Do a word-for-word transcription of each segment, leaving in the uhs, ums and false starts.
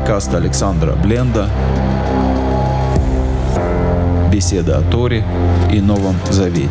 подкаст Александра Бленда «Беседы о Торе и Новом Завете».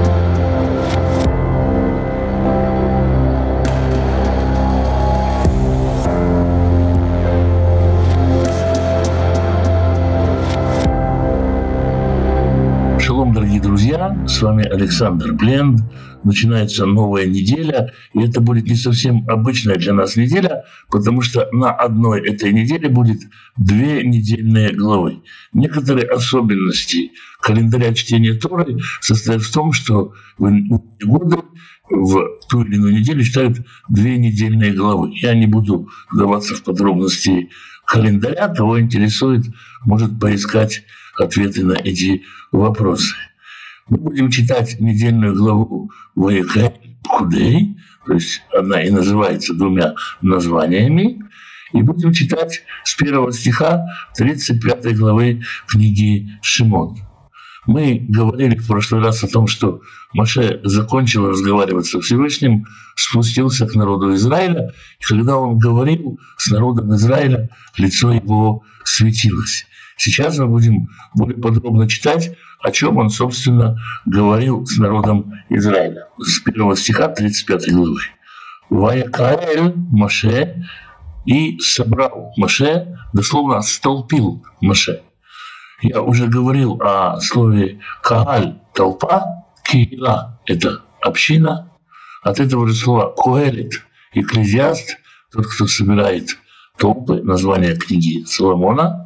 Шалом, дорогие друзья, с вами Александр Бленд. Начинается новая неделя, и это будет не совсем обычная для нас неделя, потому что на одной этой неделе будет две недельные главы. Некоторые особенности календаря чтения Торы состоят в том, что в годы в ту или иную неделю читают две недельные главы. Я не буду вдаваться в подробности календаря, кого интересует, может поискать ответы на эти вопросы. Мы будем читать недельную главу Ваикра Пкудей, то есть она и называется двумя названиями, и будем читать с первого стиха тридцать пятой главы книги Шимон. Мы говорили в прошлый раз о том, что Моше закончил разговаривать со Всевышним, спустился к народу Израиля, и когда он говорил с народом Израиля, лицо его светилось. Сейчас мы будем более подробно читать, о чем он, собственно, говорил с народом Израиля. С первого стиха тридцать пятой главы. «Ваякаэль Моше» и собрал Моше, дословно столпил Моше. Я уже говорил о слове «кааль» – толпа, «киила» – это община. От этого же слова «коэлит» – экклезиаст, тот, кто собирает толпы, название книги Соломона.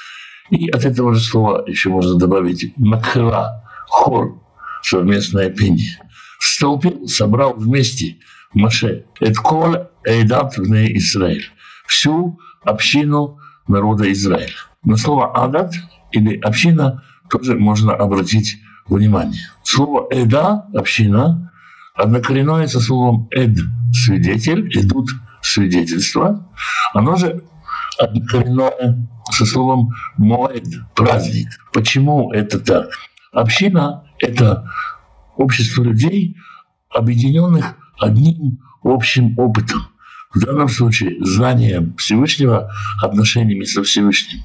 И от этого же слова еще можно добавить «макхера» – хор, совместное пение. Столпил, собрал вместе Моше «эт коль эйдат вне Израиль» – всю общину народа Израиля. На слово «адат» или «община» тоже можно обратить внимание. Слово «эда» – «община» однокоренное со словом «эд» – «свидетель», «эдут» – «свидетельство». Оно же однокоренное со словом «моэд» – «праздник». Почему это так? Община – это общество людей, объединенных одним общим опытом. В данном случае знанием Всевышнего, отношениями со Всевышним.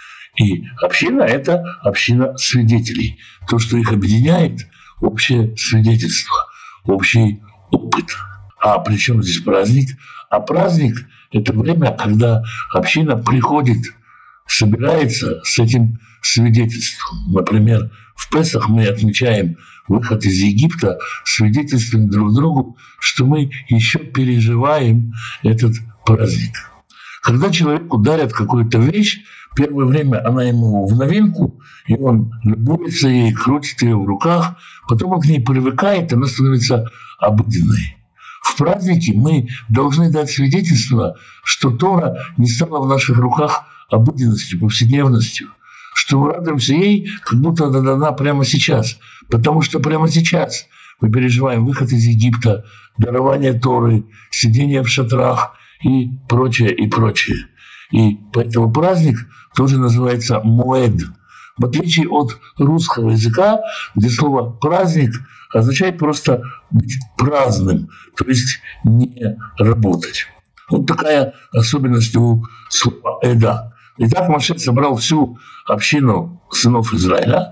И община – это община свидетелей. То, что их объединяет – общее свидетельство, общий опыт. А при чем здесь праздник? А праздник – это время, когда община приходит, собирается с этим свидетельством. Например, в Песах мы отмечаем выход из Египта, свидетельствуем друг другу, что мы еще переживаем этот праздник. Когда человеку дарят какую-то вещь, первое время она ему в новинку, и он любуется ей, крутит ее в руках, потом он к ней привыкает, она становится обыденной. В празднике мы должны дать свидетельство, что Тора не стала в наших руках обыденностью, повседневностью, что мы радуемся ей, как будто она дана прямо сейчас, потому что прямо сейчас мы переживаем выход из Египта, дарование Торы, сидение в шатрах и прочее, и прочее. И поэтому праздник тоже называется «моэд». В отличие от русского языка, где слово «праздник» означает просто быть праздным, то есть не работать. Вот такая особенность у слова «эда». Итак, Моше собрал всю общину сынов Израиля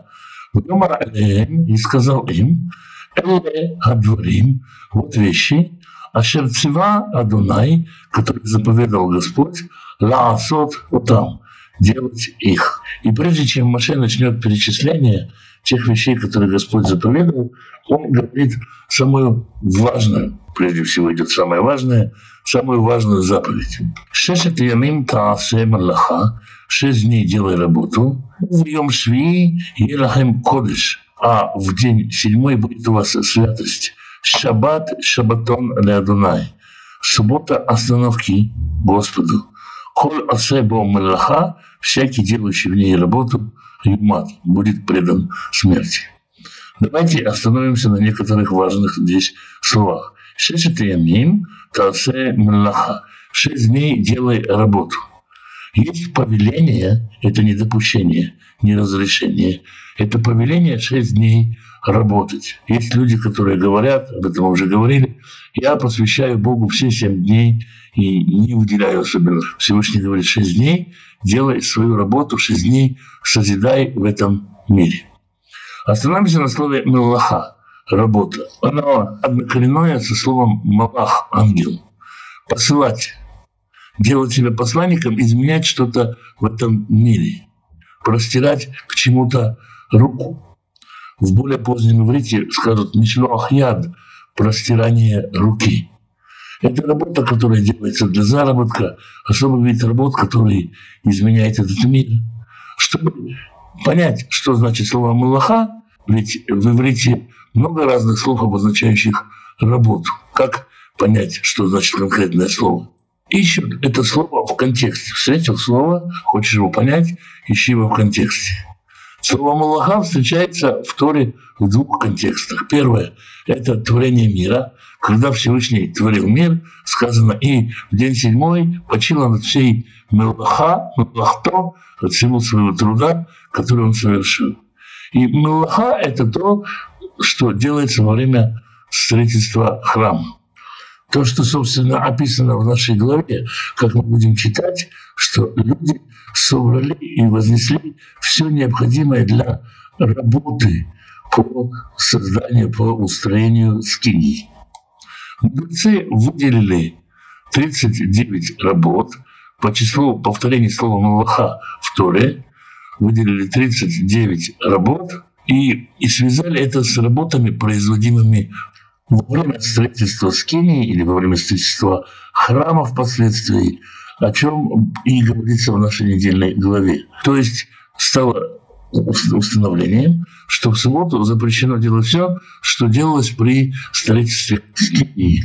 и сказал им: «Эле адворим» – вот вещи, «ашер цива Адонай», который заповедал Господь, «лаасот отам» – делать их. И прежде чем Моше начнет перечисление тех вещей, которые Господь заповедовал, он говорит самую важную, прежде всего идет самое важное, самую важную заповедь. «Шешет ямим таасе малаха» – шесть дней делай работу, «в йом швии елахем кодеш», а в день седьмой будет у вас святость. «Шаббат шаббатон ле Адонай» – суббота остановки Господу. «Коль асе бо малаха» – всякий, делающий в ней работу, юмат, будет предан смерти. Давайте остановимся на некоторых важных здесь словах. «Шешет ямим таасе малаха» – шесть дней делай работу. Есть повеление, это не допущение, не разрешение. Это повеление шесть дней работать. Есть люди, которые говорят, об этом мы уже говорили, я посвящаю Богу все семь дней и не выделяю особенных. Всевышний говорит, шесть дней делай свою работу, шесть дней созидай в этом мире. Остановимся на слове «мелаха» – работа. Оно однокоренное со словом «малах» – ангел. Посылать, делать себя посланником, изменять что-то в этом мире, простирать к чему-то руку. В более позднем иврите скажут «мишлох яд» – простирание руки. Это работа, которая делается для заработка, особый вид работ, который изменяет этот мир. Чтобы понять, что значит слово «мелаха», ведь в иврите много разных слов, обозначающих работу. Как понять, что значит конкретное слово? Ищут это слово в контексте. Встретил слово, хочешь его понять, ищи его в контексте. Слово «мелаха» встречается в Торе в двух контекстах. Первое – это творение мира. Когда Всевышний творил мир, сказано, и в день седьмой почил над всей мелаха, мелахто, от всего своего труда, который он совершил. И мелаха – это то, что делается во время строительства храма. То, что, собственно, описано в нашей главе, как мы будем читать, что люди собрали и вознесли все необходимое для работы по созданию, по устроению скинии. Мудрецы выделили тридцать девять работ по числу повторений слова «мелаха» в Торе, выделили тридцать девять работ и, и связали это с работами, производимыми во время строительства скинии или во время строительства храма впоследствии, о чем и говорится в нашей недельной главе. То есть стало установлением, что в субботу запрещено делать все, что делалось при строительстве скинии.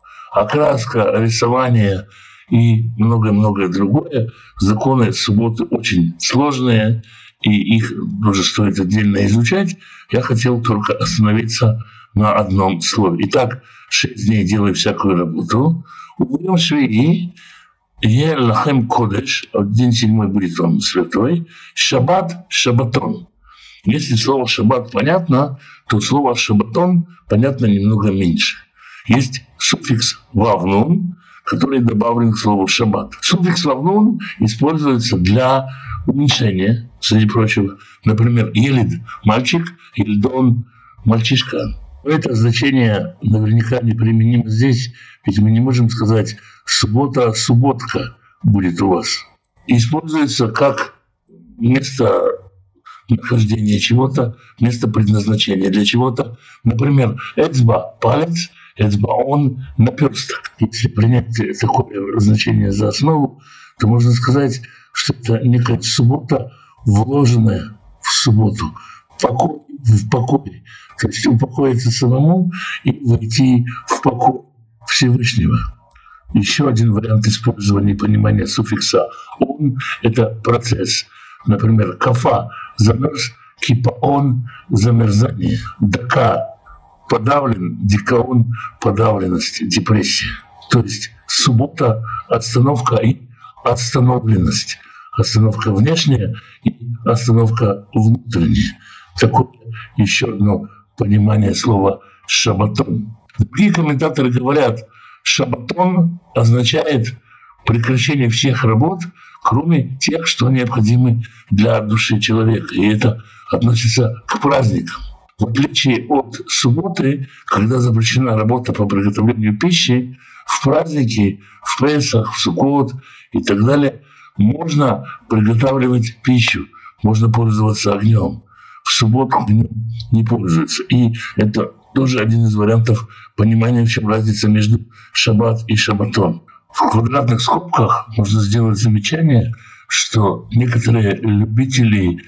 Окраска, рисование и многое-многое другое. Законы субботы очень сложные, и их тоже стоит отдельно изучать. Я хотел только остановиться на одном слове. Итак, шесть дней делай всякую работу. Уберем швеи. Е лахем кодеш, день седьмой будет он святой. Шаббат, шаббатон. Если слово шаббат понятно, то слово шаббатон понятно немного меньше. Есть суффикс вавнун, который добавлен к слову шаббат. Суффикс вавнун используется для уменьшения, среди прочего. Например, елид – мальчик, ельдон – мальчишка. Это значение наверняка неприменимо здесь, ведь мы не можем сказать «суббота, субботка» будет у вас. Используется как место нахождения чего-то, место предназначения для чего-то. Например, эцба – палец, эцбаон – наперсток. Если принять такое значение за основу, то можно сказать, что это некая суббота, вложенная в субботу, покой в покое. То есть упокоиться самому и войти в покой Всевышнего. Еще один вариант использования и понимания суффикса «он» – это процесс. Например, кафа – замерз, кипаон – замерзание, дака – подавлен, дикаон – подавленность, депрессия. То есть суббота – отстановка и отстановленность. Остановка внешняя и остановка внутренняя. Такое еще одно понимание слова «шаббатон». Другие комментаторы говорят, шаббатон означает прекращение всех работ, кроме тех, что необходимы для души человека. И это относится к праздникам. В отличие от субботы, когда запрещена работа по приготовлению пищи, в праздники, в Песах, в Суккот и так далее можно приготавливать пищу, можно пользоваться огнем. В субботу огнем не пользуются. И это тоже один из вариантов понимания, в чем разница между шаббат и шаббатон. В квадратных скобках можно сделать замечание, что некоторые любители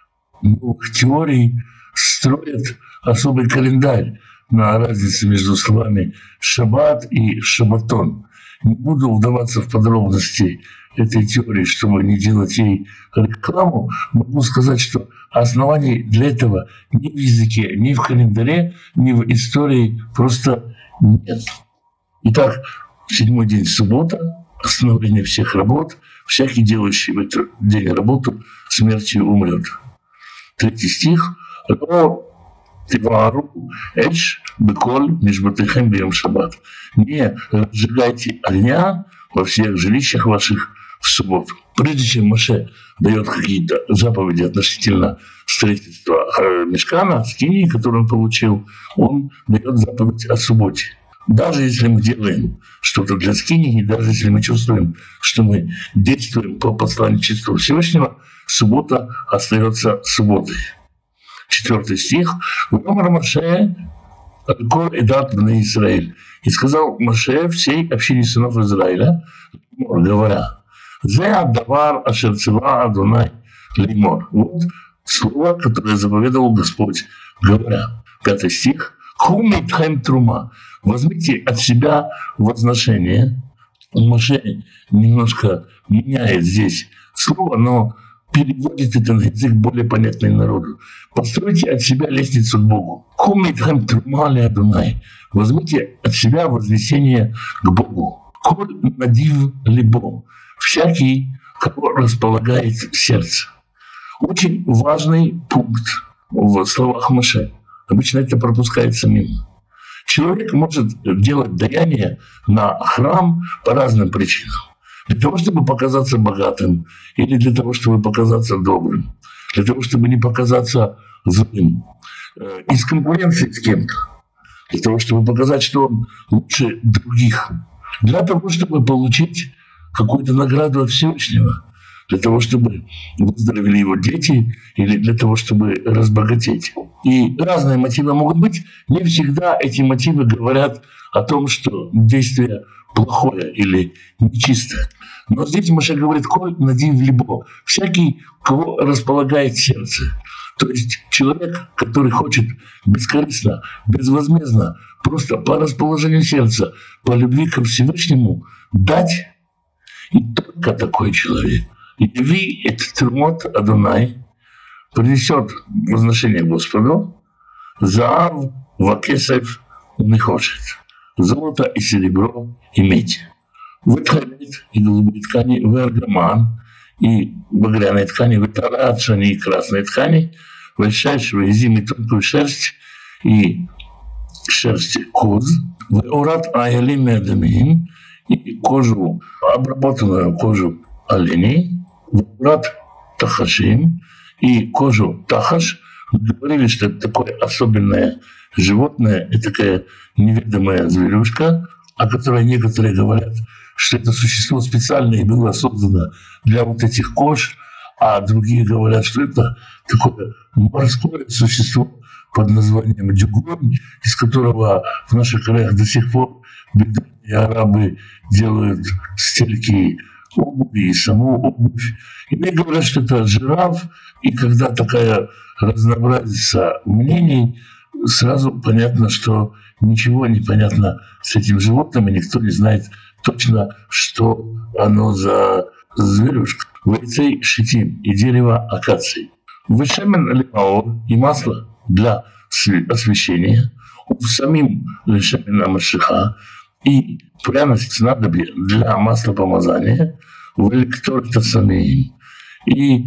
новых теорий строят особый календарь на разницу между словами «шаббат» и «шаббатон». Не буду вдаваться в подробности этой теории, чтобы не делать ей рекламу. Могу сказать, что оснований для этого ни в языке, ни в календаре, ни в истории просто нет. Итак, седьмой день суббота, остановление всех работ, всякий делающий в этот день работу смертью умрет. Третий стих. «Но Тивару эш беколь мишбатыхэм бьем шаббат. Не разжигайте огня во всех жилищах ваших в субботу. Прежде чем Моше дает какие-то заповеди относительно строительства мишкана, скинии, который он получил, он дает заповедь о субботе. Даже если мы делаем что-то для скинии, даже если мы чувствуем, что мы действуем по посланничеству Всевышнего, суббота остается субботой. Четвертый стих. «Вамар Моше аль-кол эдат бней Исраэль». И сказал Моше всей общине сынов Израиля, говоря, «Зе аддавар ашер цива Адонай леймор». Вот слово, которое заповедовал Господь, говоря. Пятый стих. «Хумитхэм трума». Возьмите от себя возношение. Моше немножко меняет здесь слово, но переводит это на язык более понятный народу. Постройте от себя лестницу к Богу. Хумитхэм трума ле Адонай. Возьмите от себя вознесение к Богу. Коль надив либо. Всякий, кого располагает сердце. Очень важный пункт в словах Моше. Обычно это пропускается мимо. Человек может делать даяние на храм по разным причинам. Для того, чтобы показаться богатым, или для того, чтобы показаться добрым, для того, чтобы не показаться злым, из конкуренции с кем-то, для того, чтобы показать, что он лучше других, для того, чтобы получить какую-то награду от Всевышнего, для того, чтобы выздоровели его дети или для того, чтобы разбогатеть. И разные мотивы могут быть. Не всегда эти мотивы говорят о том, что действие плохое или нечистое. Но здесь Моше говорит, коль надив либо, всякий, кого располагает сердце. То есть человек, который хочет бескорыстно, безвозмездно, просто по расположению сердца, по любви ко Всевышнему дать, и только такой человек. И ви этот трумот Адонай принесет возношение Господу, заав вакесев не хочет, золото и серебро и медь. Вытхалит и голубые ткани, в аргаман и багряные ткани, в тарачани и красные ткани, в шерсть, зимы тонкую шерсть и шерсть коз, в орат аялим медамим и кожу, обработанную кожу оленей, в орат тахашим и кожу тахаш. Говорили, что это такое особенное животное и такая неведомая зверюшка, о которой некоторые говорят, что это существо специальное было создано для вот этих кож, а другие говорят, что это такое морское существо под названием дюгонь, из которого в наших краях до сих пор бедуины арабы делают стельки обуви и саму обувь. И мне говорят, что это жираф, и когда такая разнообразится мнений, сразу понятно, что ничего не понятно с этим животным, и никто не знает точно, что оно за зверюшка. Вейцей шитим и дерево акации. Вешемен лимаор и масло для освещения. В самим лишемен машиха и пряность снадобья для масла помазания. В электорта самим и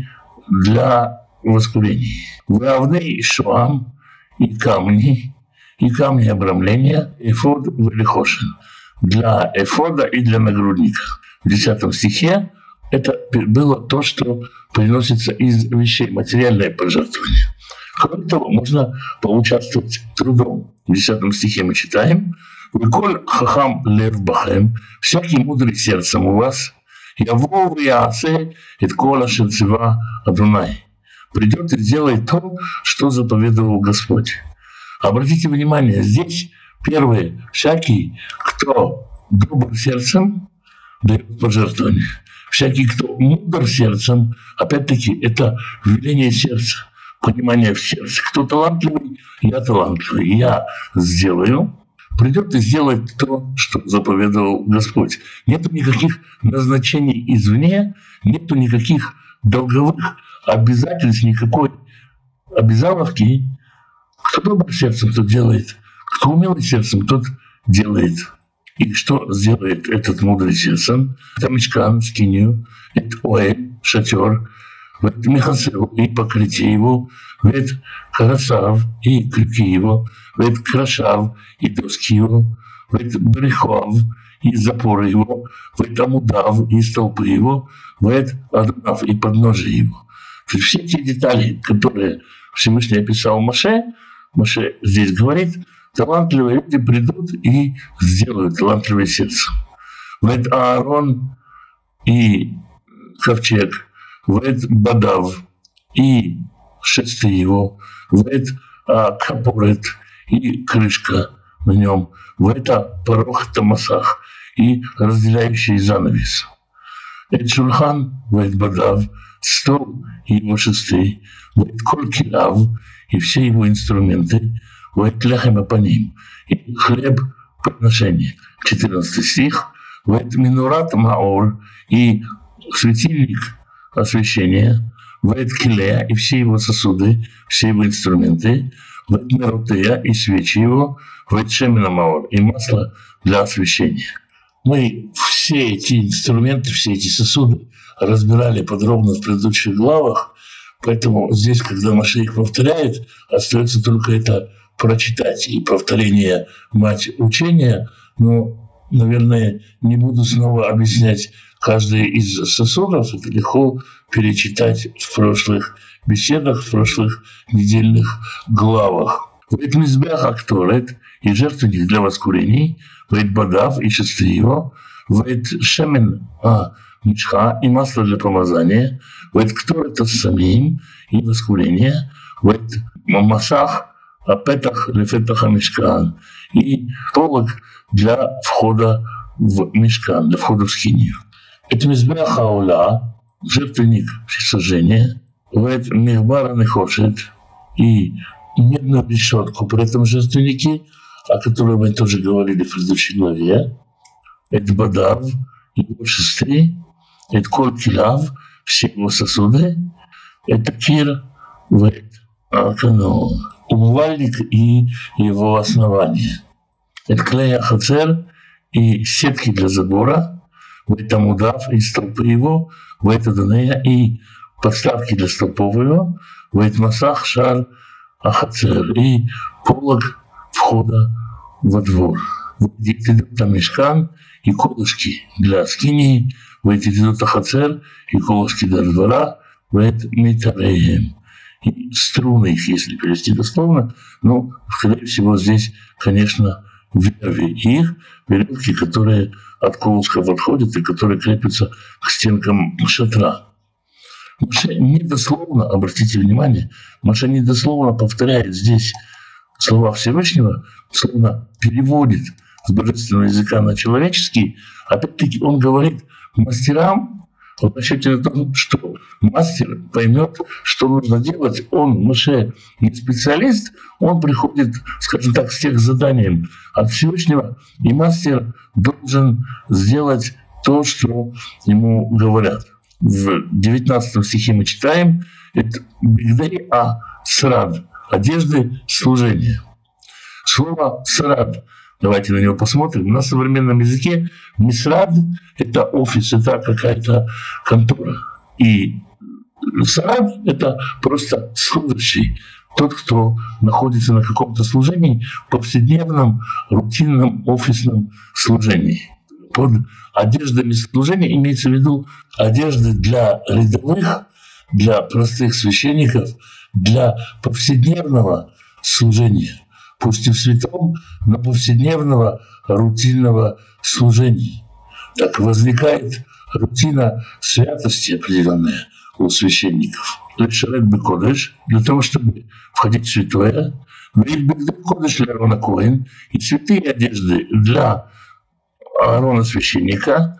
для воскурения. В равны шуам и камни, и камни обрамления, эфод велихошин, для эфода и для нагрудника. В десятом стихе это было то, что приносится из вещей, материальное пожертвование. Кроме того, можно поучаствовать трудом. В десятом стихе мы читаем: «Выколь хахам лев бахем, всякий мудрый сердцем у вас, явол вяасе эт кола шерцева Адонай». Придет и сделает то, что заповедовал Господь. Обратите внимание, здесь первое, всякий, кто добр сердцем, дает пожертвование. Всякий, кто мудр сердцем, опять-таки, это веление сердца, понимание в сердце. Кто талантливый, я талантливый, я сделаю. Придет и сделает то, что заповедовал Господь. Нету никаких назначений извне, нету никаких долговых обязательств, никакой обязаловки. Кто добр сердцем, тот делает. Кто умелый сердцем, тот делает. И что сделает этот мудрый сердцем? Это мишкан, скинию, это оэль, шатер, ואת מכסהו и покрытие его, ואת красав и крюки его, ואת крошав и доски его, ואת брехов и запоры его, вет амудав и столпы его, вет аднав и подножие его. То есть все те детали, которые Всевышний описал Моше, Моше здесь говорит, талантливые люди придут и сделают талантливое сердце. Вет Аарон и ковчег, вет Бадав и шесты его, вет Капорет и крышка на нем, вет Парох Тамасах и разделяющий занавес. Эт Шульхан, вет Бадав, стол и его шесты, вет Коль Килав и все его инструменты, вет Ляхем Апаним и хлеб подношения. четырнадцатый стих. Вет Минурат Маор и светильник освещения, вет Килея и все его сосуды, все его инструменты, вет Мерутея и свечи его, вет Шемина Маор и масло для освещения. Мы все эти инструменты, все эти сосуды разбирали подробно в предыдущих главах, поэтому здесь, когда Моше их повторяет, остается только это прочитать. И повторение – мать учения, но, наверное, не буду снова объяснять каждый из сосудов, это легко перечитать в прошлых беседах, в прошлых недельных главах. Вет мизбех акторет и жертвенник для воскурений, вет бадав и шесты его, вет шемен а, мишха и масло для помазания, вет кторет самим и воскурение, вет масах апетах лефетаха мишкан и полог для входа в мишкан, для входа в скинию. Это мизбех хаула, жертвенник всесожжения, вет михбара нехошет и медную решетку при этом жертвеннике, о которой мы тоже говорили в предыдущей главе. Это бадав, его шесты, это коль килав, все его сосуды, это кир, вет акано, умывальник и его основание. Это клея хацер и сетки для забора, вет амудав и столпы его, вет адонея и подставки для столпов его, вет масах шар ахацер и полог входа во двор. Выйдет идут там мишкан и колышки для скинии, выйдет идут ахацер и колышки для двора, выйдет митареем. И струны их, если перевести дословно, но, скорее всего, здесь, конечно, верви их, веревки, которые от колышков отходят и которые крепятся к стенкам шатра. Моше недословно, обратите внимание, Моше недословно повторяет здесь слова Всевышнего, словно переводит с божественного языка на человеческий. Опять-таки он говорит мастерам, в расчете на то, что мастер поймет, что нужно делать. Он, Моше, не специалист, он приходит, скажем так, с тех заданием от Всевышнего, и мастер должен сделать то, что ему говорят. В девятнадцатом стихе мы читаем, это бигдей а срад, одежды служения. Слово срад, давайте на него посмотрим. На современном языке мисрад – это офис, это какая-то контора. И срад – это просто служащий, тот, кто находится на каком-то служении, повседневном, рутинном, офисном служении. Под одеждами служения имеется в виду одежды для рядовых, для простых священников, для повседневного служения. Пусть и в святом, но повседневного рутинного служения. Так возникает рутина святости определенная у священников. То есть шарет бекодеш, для того, чтобы входить в святое, бекодеш для Аарона Коэн, и святые одежды для Аарона священника,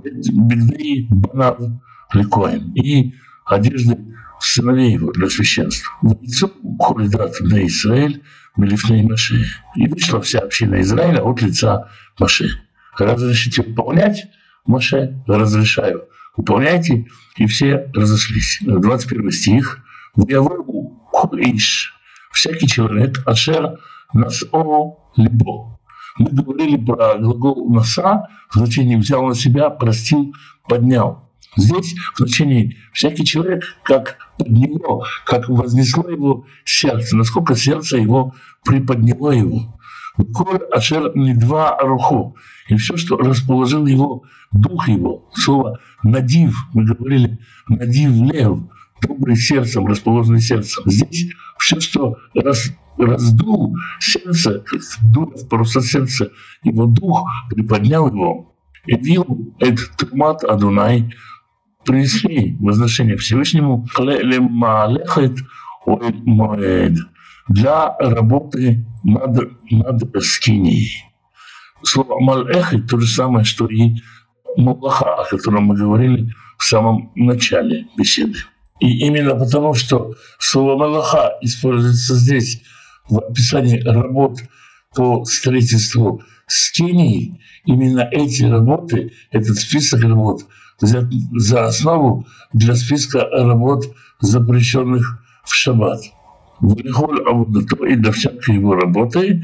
бигдей банав лекоэн, и одежды сыновей его для священства. Лицо холидат для Израиль, милифней Моше. И вышла вся община Израиля от лица Моше. Разрешите выполнять, Моше, разрешаю. Выполняйте, и все разошлись. двадцать первый стих. «Вяву колиш, всякий человек, ашер насо либо». Мы говорили про глагол «наса», в значении «взял на себя», «простил», «поднял». Здесь в значении всякий человек, как под него, как вознесло его сердце, насколько сердце его приподняло его. Коль ашер недва руху. И все, что расположил его дух его. Слово надив, мы говорили, надив лев, добрый сердцем, расположенный сердцем. Здесь все, что раз, раздул сердце, дух, просто сердце, его дух приподнял его. И вил этот трумат Адунай, принесли возношение Всевышнему для работы над, над скинией. Слово «малэхет» то же самое, что и «малаха», о котором мы говорили в самом начале беседы. И именно потому, что слово «малаха» используется здесь в описании работ по строительству скинии, именно эти работы, этот список работ взят за основу для списка работ, запрещенных в шаббат. Вылихоль авудато и для всякой его работы,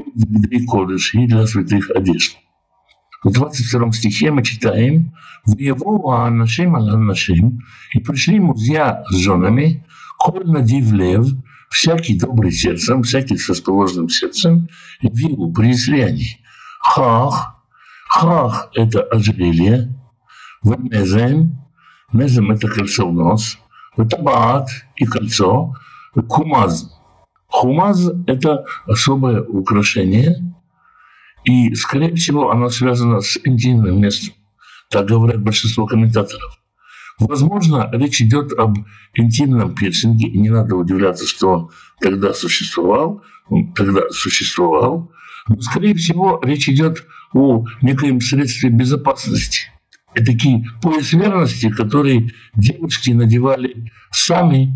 и кодыш, и для святых одежд. В двадцать втором стихе мы читаем: «Вьевова анашим аль-анашим, и пришли мужья с женами, коль надив лев, всякий добрый сердцем, всякий с расположенным сердцем, виву принесли они. Хах, хах – это ожерелье, венезем, незем – это кольцо в нос, табаат и кольцо, хумаз. Хумаз – это особое украшение, и, скорее всего, оно связано с интимным местом. Так говорят большинство комментаторов. Возможно, речь идет об интимном пирсинге, и не надо удивляться, что он тогда существовал, он тогда существовал, но, скорее всего, речь идет о некоем средстве безопасности. Это такие пояс верности, которые девушки надевали сами,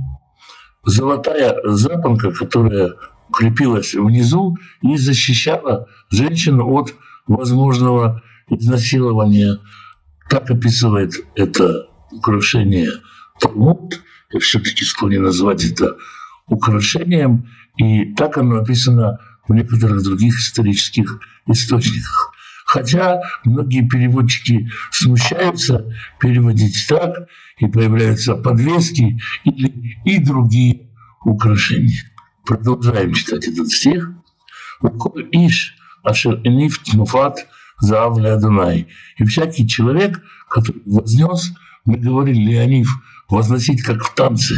золотая запонка, которая крепилась внизу и защищала женщину от возможного изнасилования. Так описывает это украшение Талмуд. Я все-таки склонен назвать это украшением. И так оно описано в некоторых других исторических источниках. Хотя многие переводчики смущаются переводить так, и появляются подвески или и другие украшения. Продолжаем читать этот стих. «Коль иш ашер эниф тнуфат заав леадунай». И всякий человек, который вознес, мы говорили, леониф, возносить как в танце,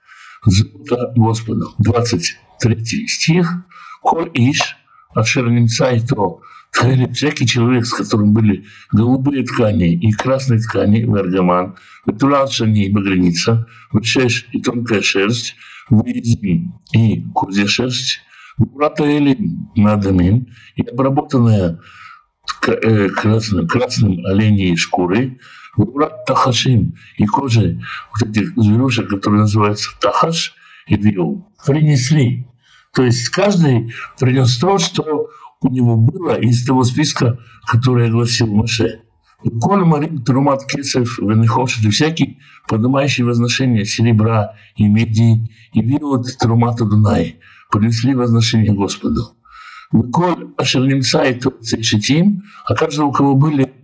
золото Господу. двадцать третий стих. «Коль иш ашер нимцай то». Всякий человек, с которым были голубые ткани и красные ткани, вергаман, ветулашани и багряница, вешеш и тонкая шерсть, визим и козья шерсть, бурата элим надамин и обработанная красным, красным оленей шкурой, бурат тахашим и кожей вот этих зверушек, которые называются тахаш и виу, принесли. То есть каждый принес то, что у него было из того списка, который огласил Моше. «Коль марим трумат кесев венехошет», и всякий, поднимающий возношение серебра и меди, и виот трумата Дунай, принесли возношение Господу. «Коль ашернимца и цейшитим», а каждый, у кого были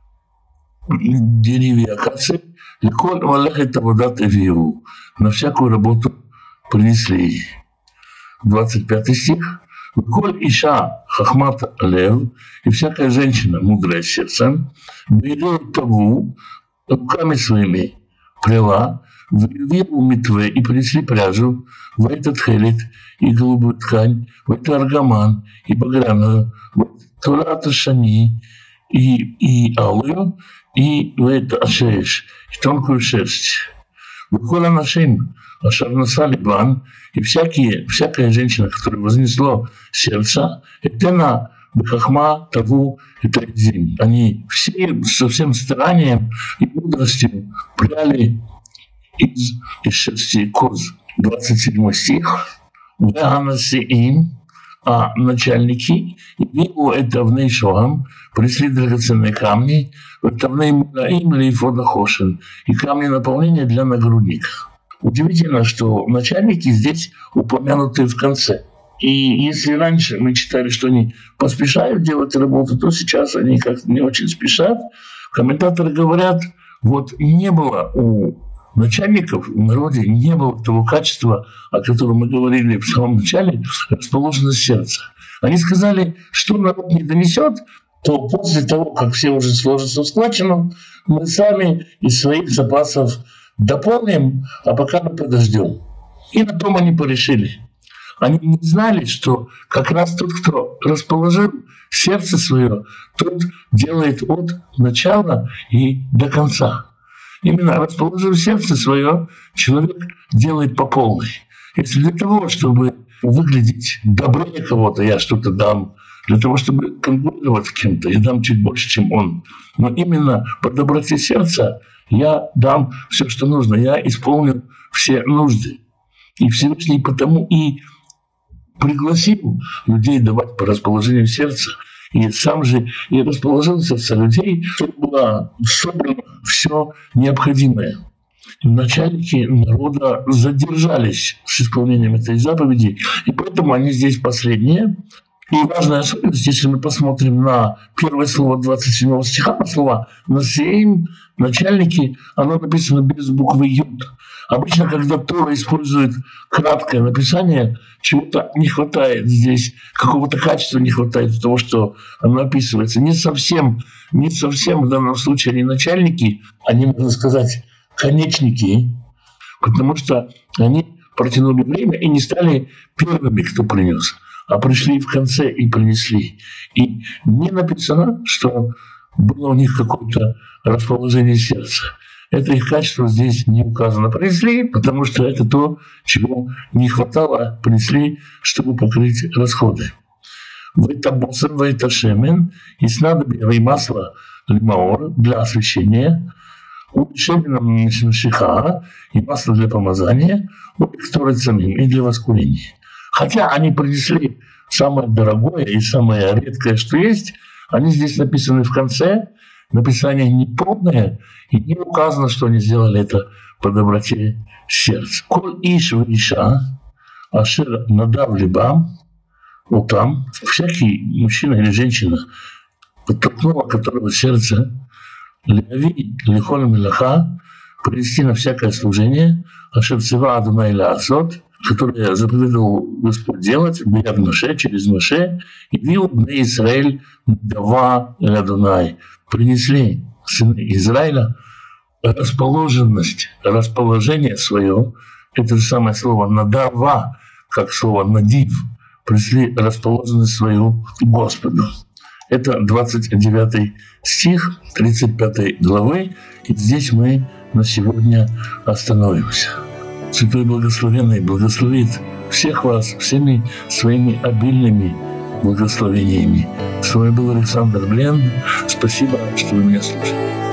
деревья акации, «Коль малехет аводат эвиу», на всякую работу принесли. двадцать пятый стих. «Коль иша хахмат лев», и всякая женщина, мудрая сердцем, берет таву, руками своими плела, вывела митве и принесли пряжу, в этот хелит и голубую ткань, в этот аргаман и багряную, в турата шани и, и алую, и в это ашеш, и тонкую шерсть. «Выкола нашим ашарнаса либан», и всякие, всякая женщина, которая вознесло сердце, это на бхахма таву это зим. Они все со всем старанием и мудростью пряли из, из шерсти коз. двадцать седьмой стих. «Веганасиим», а начальники, и виву это в нейшогам, принесли драгоценные камни, это в неймунаим лейфодахошин, и камни наполнения для нагрудника. Удивительно, что начальники здесь упомянуты в конце. И если раньше мы читали, что они поспешают делать работу, то сейчас они как-то не очень спешат. Комментаторы говорят, Вот не было у начальников в народе, не было того качества, о котором мы говорили в самом начале, расположенность сердца. Они сказали, что народ не донесет, то после того, как все уже сложатся в складчину, мы сами из своих запасов дополним, а пока мы подождем. И на том они порешили. Они не знали, что как раз тот, кто расположил сердце свое, тот делает от начала и до конца. Именно расположив сердце свое, человек делает по полной. Если для того, чтобы выглядеть добрее кого-то, я что-то дам, для того, чтобы конкурировать с кем-то, я дам чуть больше, чем он. Но именно по доброте сердца я дам все, что нужно. Я исполню все нужды. И Всевышний потому и пригласил людей давать по расположению сердца. И сам же и расположил сердца людей, чтобы было собрано все необходимое. Начальники народа задержались с исполнением этой заповеди, и поэтому они здесь последние. И важная особенность, если мы посмотрим на первое слово двадцать седьмого стиха, на слова «насеем», начальники, оно написано без буквы «ют». Обычно, когда Тора использует краткое написание, чего-то не хватает здесь, какого-то качества не хватает того, что оно описывается. Не совсем, не совсем в данном случае они начальники, они, можно сказать, конечники, потому что они протянули время и не стали первыми, кто принес, а пришли в конце и принесли. И не написано, что было у них какое-то расположение сердца. Это их качество здесь не указано. Принесли, потому что это то, чего не хватало, принесли, чтобы покрыть расходы. Это босер, это шемен, и снадобье, и масло лимаор для освещения, шеменом шиха, и масло для помазания, и для воскурения. Хотя они принесли самое дорогое и самое редкое, что есть, они здесь написаны в конце, написание неполное, и не указано, что они сделали это по доброте сердца. Коль иш виша, ашер надав либам, вот там, всякий мужчина или женщина, подтолкнула которого сердце, леви лихоль милаха, привести на всякое служение, ашер цива адунай лаасот, которое заповедовал Господь делать, бьяд Моше, через Моше, и вил бней Исраэль дава Адонай. Принесли сыны Израиля расположенность, расположение свое, это же самое слово «надава», как слово «надив», принесли расположенность свою Господу. Это двадцать девятый стих тридцать пятой главы, и здесь мы на сегодня остановимся. Святой Благословенный благословит всех вас всеми своими обильными благословениями. С вами был Александр Бленд. Спасибо, что вы меня слушали.